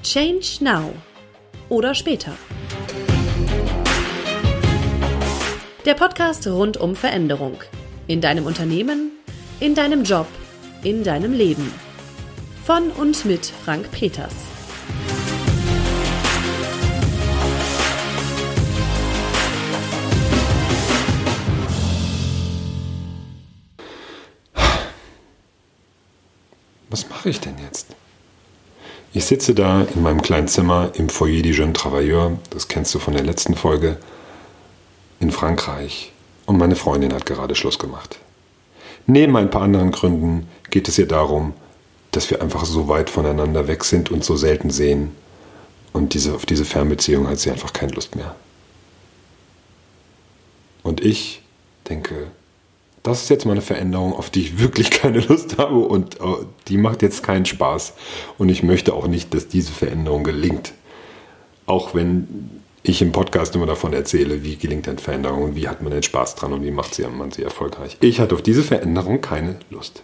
Change now oder später. Der Podcast rund um Veränderung. In deinem Unternehmen, in deinem Job, in deinem Leben. Von und mit Frank Peters. Was mache ich denn jetzt? Ich sitze da in meinem kleinen Zimmer im Foyer des Jeunes Travailleurs, das kennst du von der letzten Folge, in Frankreich, und meine Freundin hat gerade Schluss gemacht. Neben ein paar anderen Gründen geht es ihr darum, dass wir einfach so weit voneinander weg sind und so selten sehen, und auf diese Fernbeziehung hat sie einfach keine Lust mehr. Und ich denke, das ist jetzt mal eine Veränderung, auf die ich wirklich keine Lust habe, und die macht jetzt keinen Spaß. Und ich möchte auch nicht, dass diese Veränderung gelingt. Auch wenn ich im Podcast immer davon erzähle, wie gelingt denn Veränderung und wie hat man den Spaß dran und wie macht man sie erfolgreich. Ich hatte auf diese Veränderung keine Lust.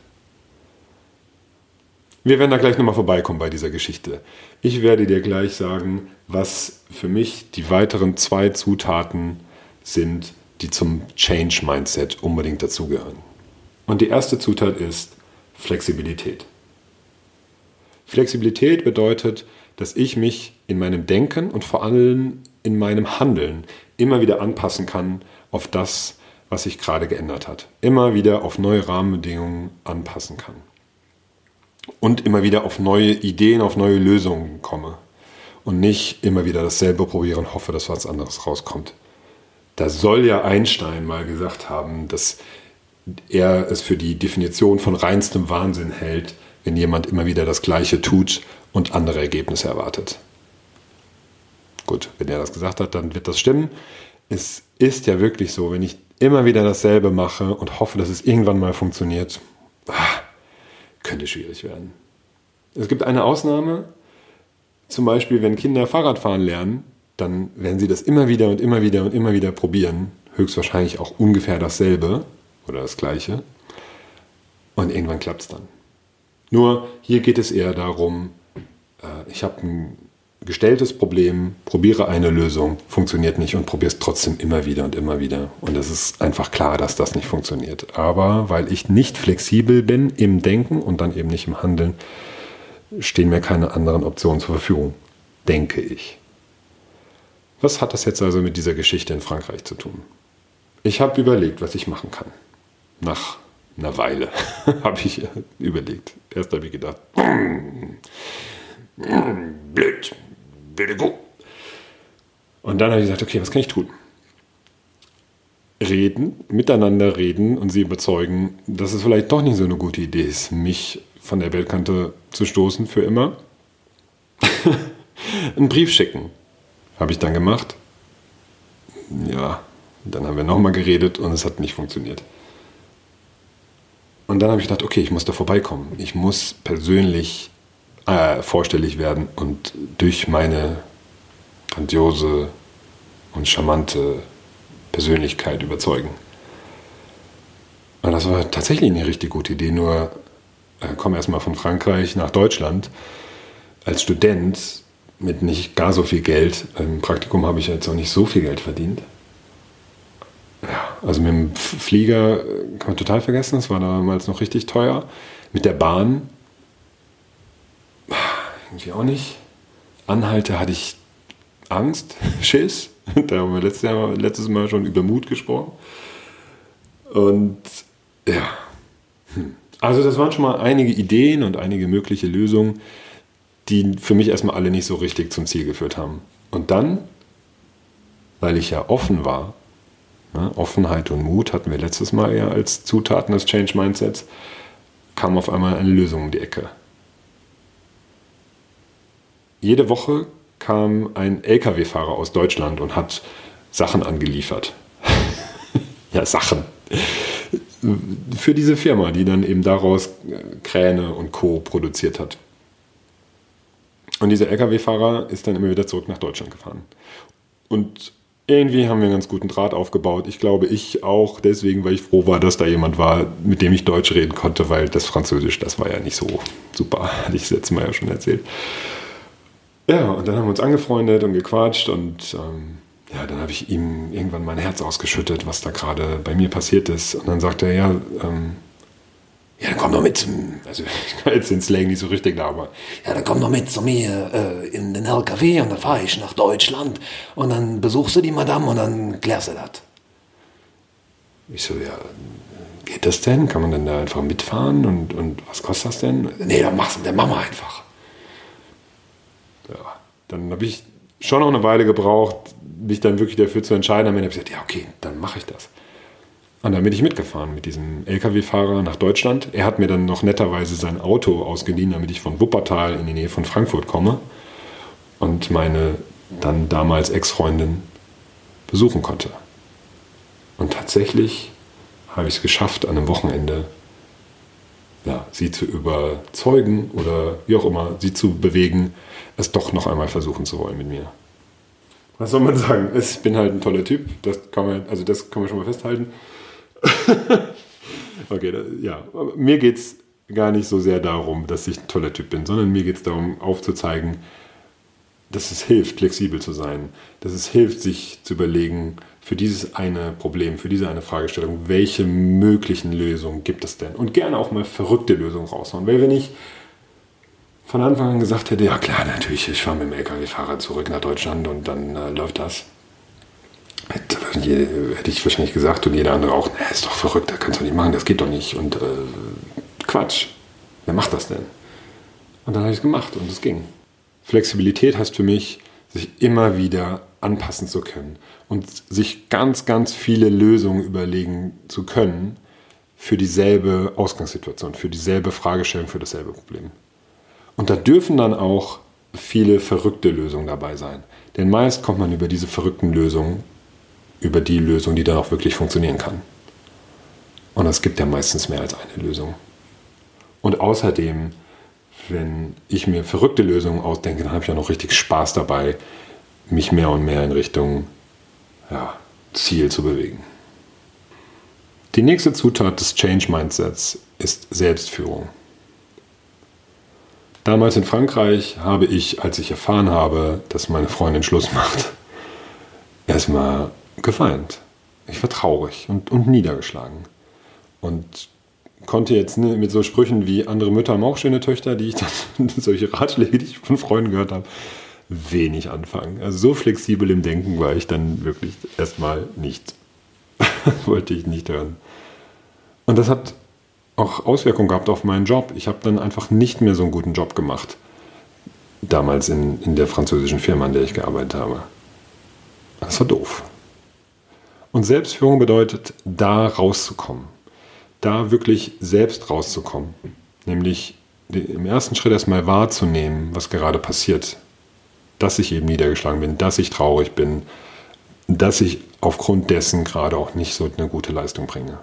Wir werden da gleich nochmal vorbeikommen bei dieser Geschichte. Ich werde dir gleich sagen, was für mich die weiteren 2 Zutaten sind, die zum Change-Mindset unbedingt dazugehören. Und die erste Zutat ist Flexibilität. Flexibilität bedeutet, dass ich mich in meinem Denken und vor allem in meinem Handeln immer wieder anpassen kann auf das, was sich gerade geändert hat. Immer wieder auf neue Rahmenbedingungen anpassen kann. Und immer wieder auf neue Ideen, auf neue Lösungen komme. Und nicht immer wieder dasselbe probieren und hoffe, dass was anderes rauskommt. Da soll ja Einstein mal gesagt haben, dass er es für die Definition von reinstem Wahnsinn hält, wenn jemand immer wieder das Gleiche tut und andere Ergebnisse erwartet. Gut, wenn er das gesagt hat, dann wird das stimmen. Es ist ja wirklich so, wenn ich immer wieder dasselbe mache und hoffe, dass es irgendwann mal funktioniert, könnte schwierig werden. Es gibt eine Ausnahme, zum Beispiel, wenn Kinder Fahrradfahren lernen, dann werden sie das immer wieder und immer wieder und immer wieder probieren. Höchstwahrscheinlich auch ungefähr dasselbe oder das Gleiche. Und irgendwann klappt es dann. Nur hier geht es eher darum, ich habe ein gestelltes Problem, probiere eine Lösung, funktioniert nicht und probiere es trotzdem immer wieder und immer wieder. Und es ist einfach klar, dass das nicht funktioniert. Aber weil ich nicht flexibel bin im Denken und dann eben nicht im Handeln, stehen mir keine anderen Optionen zur Verfügung, denke ich. Was hat das jetzt also mit dieser Geschichte in Frankreich zu tun? Ich habe überlegt, was ich machen kann. Nach einer Weile habe ich überlegt. Erst habe ich gedacht, blöd, bitte go. Und dann habe ich gesagt, okay, was kann ich tun? Miteinander reden und sie überzeugen, dass es vielleicht doch nicht so eine gute Idee ist, mich von der Bettkante zu stoßen für immer. Einen Brief schicken. Habe ich dann gemacht. Ja, dann haben wir nochmal geredet und es hat nicht funktioniert. Und dann habe ich gedacht, okay, ich muss da vorbeikommen. Ich muss persönlich vorstellig werden und durch meine grandiose und charmante Persönlichkeit überzeugen. Und das war tatsächlich eine richtig gute Idee, nur komme erstmal von Frankreich nach Deutschland als Student mit nicht gar so viel Geld. Im Praktikum habe ich jetzt auch nicht so viel Geld verdient. Ja, also mit dem Flieger kann man total vergessen, das war damals noch richtig teuer. Mit der Bahn irgendwie auch nicht. Anhalte hatte ich Angst, Schiss. Da haben wir letztes Mal schon über Mut gesprochen. Und ja, also das waren schon mal einige Ideen und einige mögliche Lösungen, die für mich erstmal alle nicht so richtig zum Ziel geführt haben. Und dann, weil ich ja offen war, Offenheit und Mut hatten wir letztes Mal ja als Zutaten des Change Mindsets, kam auf einmal eine Lösung um die Ecke. Jede Woche kam ein LKW-Fahrer aus Deutschland und hat Sachen angeliefert. Ja, Sachen. Für diese Firma, die dann eben daraus Kräne und Co. produziert hat. Und dieser LKW-Fahrer ist dann immer wieder zurück nach Deutschland gefahren. Und irgendwie haben wir einen ganz guten Draht aufgebaut. Ich glaube, ich auch deswegen, weil ich froh war, dass da jemand war, mit dem ich Deutsch reden konnte, weil das Französisch, das war ja nicht so super, hatte ich das letzte Mal ja schon erzählt. Ja, und dann haben wir uns angefreundet und gequatscht und dann habe ich ihm irgendwann mein Herz ausgeschüttet, was da gerade bei mir passiert ist. Und dann sagte er, dann komm doch mit zum, also ich kann jetzt den Slang nicht so richtig da, aber Ja, dann komm doch mit zu mir in den LKW und dann fahre ich nach Deutschland und dann besuchst du die Madame und dann klärst du das. ich so, ja, geht das denn? Kann man denn da einfach mitfahren und was kostet das denn? Nee, dann machen wir einfach. Ja, dann habe ich schon noch eine Weile gebraucht, mich dann wirklich dafür zu entscheiden. Am Ende habe ich gesagt, ja okay, dann mache ich das. Und dann bin ich mitgefahren mit diesem LKW-Fahrer nach Deutschland. Er hat mir dann noch netterweise sein Auto ausgeliehen, damit ich von Wuppertal in die Nähe von Frankfurt komme und meine dann damals Ex-Freundin besuchen konnte. Und tatsächlich habe ich es geschafft, an einem Wochenende sie zu überzeugen oder wie auch immer, sie zu bewegen, es doch noch einmal versuchen zu wollen mit mir. Was soll man sagen? Ich bin halt ein toller Typ, das kann man schon mal festhalten. Okay, aber mir geht es gar nicht so sehr darum, dass ich ein toller Typ bin, sondern mir geht es darum, aufzuzeigen, dass es hilft, flexibel zu sein, dass es hilft, sich zu überlegen, für dieses eine Problem, für diese eine Fragestellung, welche möglichen Lösungen gibt es denn? Und gerne auch mal verrückte Lösungen raushauen. Weil wenn ich von Anfang an gesagt hätte, ja klar, natürlich, ich fahre mit dem LKW-Fahrer zurück nach Deutschland und dann läuft das, hätte ich wahrscheinlich gesagt und jeder andere auch, ist doch verrückt, das kannst du nicht machen, das geht doch nicht. Und Quatsch, wer macht das denn? Und dann habe ich es gemacht und es ging. Flexibilität heißt für mich, sich immer wieder anpassen zu können und sich ganz, ganz viele Lösungen überlegen zu können für dieselbe Ausgangssituation, für dieselbe Fragestellung, für dasselbe Problem. Und da dürfen dann auch viele verrückte Lösungen dabei sein. Denn meist kommt man über diese verrückten Lösungen, über die Lösung, die dann auch wirklich funktionieren kann. Und es gibt ja meistens mehr als eine Lösung. Und außerdem, wenn ich mir verrückte Lösungen ausdenke, dann habe ich ja noch richtig Spaß dabei, mich mehr und mehr in Richtung Ziel zu bewegen. Die nächste Zutat des Change Mindsets ist Selbstführung. Damals in Frankreich habe ich, als ich erfahren habe, dass meine Freundin Schluss macht, erstmal geweint. Ich war traurig und niedergeschlagen. Und konnte jetzt mit so Sprüchen wie andere Mütter haben auch schöne Töchter, die ich dann, solche Ratschläge, die ich von Freunden gehört habe, wenig anfangen. Also so flexibel im Denken war ich dann wirklich erstmal nicht. Wollte ich nicht hören. Und das hat auch Auswirkungen gehabt auf meinen Job. Ich habe dann einfach nicht mehr so einen guten Job gemacht. Damals in der französischen Firma, in der ich gearbeitet habe. Das war doof. Und Selbstführung bedeutet, da rauszukommen. Da wirklich selbst rauszukommen. Nämlich im ersten Schritt erstmal wahrzunehmen, was gerade passiert. Dass ich eben niedergeschlagen bin, dass ich traurig bin, dass ich aufgrund dessen gerade auch nicht so eine gute Leistung bringe.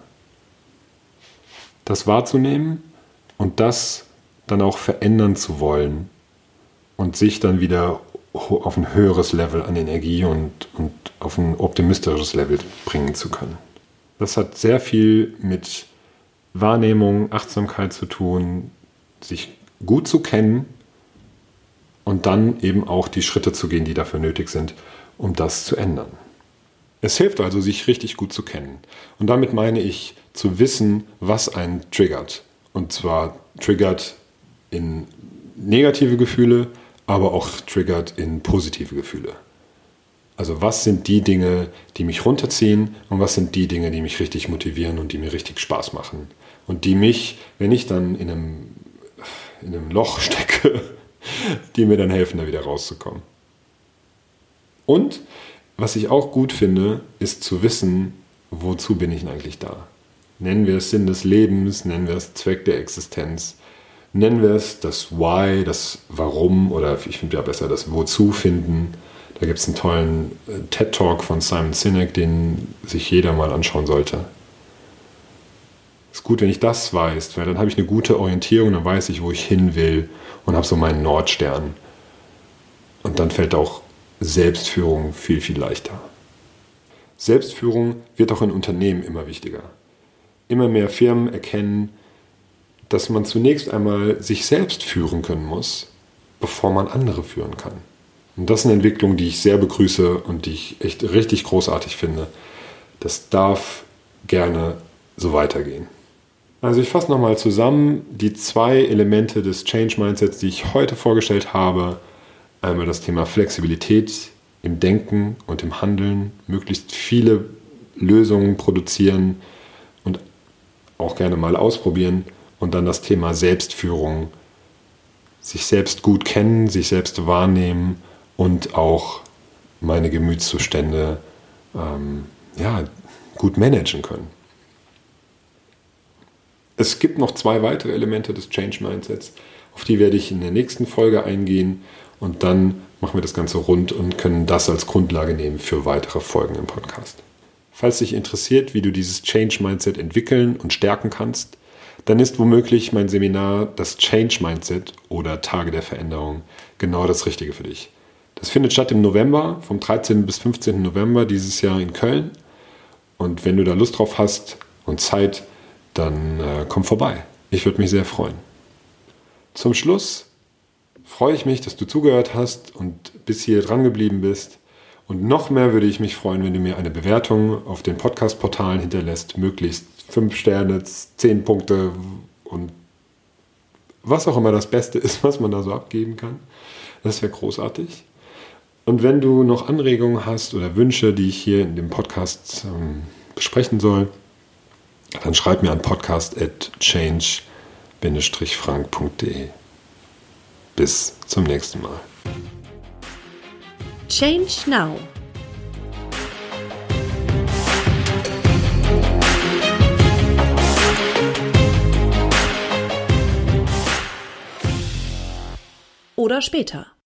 Das wahrzunehmen und das dann auch verändern zu wollen und sich dann wieder auf ein höheres Level an Energie und auf ein optimistisches Level bringen zu können. Das hat sehr viel mit Wahrnehmung, Achtsamkeit zu tun, sich gut zu kennen und dann eben auch die Schritte zu gehen, die dafür nötig sind, um das zu ändern. Es hilft also, sich richtig gut zu kennen. Und damit meine ich, zu wissen, was einen triggert. Und zwar triggert in negative Gefühle, aber auch triggert in positive Gefühle. Also was sind die Dinge, die mich runterziehen und was sind die Dinge, die mich richtig motivieren und die mir richtig Spaß machen. Und die mich, wenn ich dann in einem Loch stecke, die mir dann helfen, da wieder rauszukommen. Und was ich auch gut finde, ist zu wissen, wozu bin ich denn eigentlich da? Nennen wir es Sinn des Lebens, nennen wir es Zweck der Existenz, nennen wir es das Why, das Warum oder ich finde ja besser das Wozu finden. Da gibt es einen tollen TED-Talk von Simon Sinek, den sich jeder mal anschauen sollte. Ist gut, wenn ich das weiß, weil dann habe ich eine gute Orientierung, dann weiß ich, wo ich hin will und habe so meinen Nordstern. Und dann fällt auch Selbstführung viel, viel leichter. Selbstführung wird auch in Unternehmen immer wichtiger. Immer mehr Firmen erkennen, dass man zunächst einmal sich selbst führen können muss, bevor man andere führen kann. Und das ist eine Entwicklung, die ich sehr begrüße und die ich echt richtig großartig finde. Das darf gerne so weitergehen. Also ich fasse nochmal zusammen die 2 Elemente des Change Mindsets, die ich heute vorgestellt habe. Einmal das Thema Flexibilität im Denken und im Handeln, möglichst viele Lösungen produzieren und auch gerne mal ausprobieren. Und dann das Thema Selbstführung, sich selbst gut kennen, sich selbst wahrnehmen und auch meine Gemütszustände gut managen können. Es gibt noch 2 weitere Elemente des Change Mindsets, auf die werde ich in der nächsten Folge eingehen und dann machen wir das Ganze rund und können das als Grundlage nehmen für weitere Folgen im Podcast. Falls dich interessiert, wie du dieses Change Mindset entwickeln und stärken kannst, dann ist womöglich mein Seminar das Change Mindset oder Tage der Veränderung genau das Richtige für dich. Das findet statt im November, vom 13. bis 15. November dieses Jahr in Köln. Und wenn du da Lust drauf hast und Zeit, dann komm vorbei. Ich würde mich sehr freuen. Zum Schluss freue ich mich, dass du zugehört hast und bis hier dran geblieben bist. Und noch mehr würde ich mich freuen, wenn du mir eine Bewertung auf den Podcast-Portalen hinterlässt. Möglichst 5 Sterne, 10 Punkte und was auch immer das Beste ist, was man da so abgeben kann. Das wäre großartig. Und wenn du noch Anregungen hast oder Wünsche, die ich hier in dem Podcast besprechen soll, dann schreib mir an podcast@change-frank.de. Bis zum nächsten Mal. Change Now. Oder später.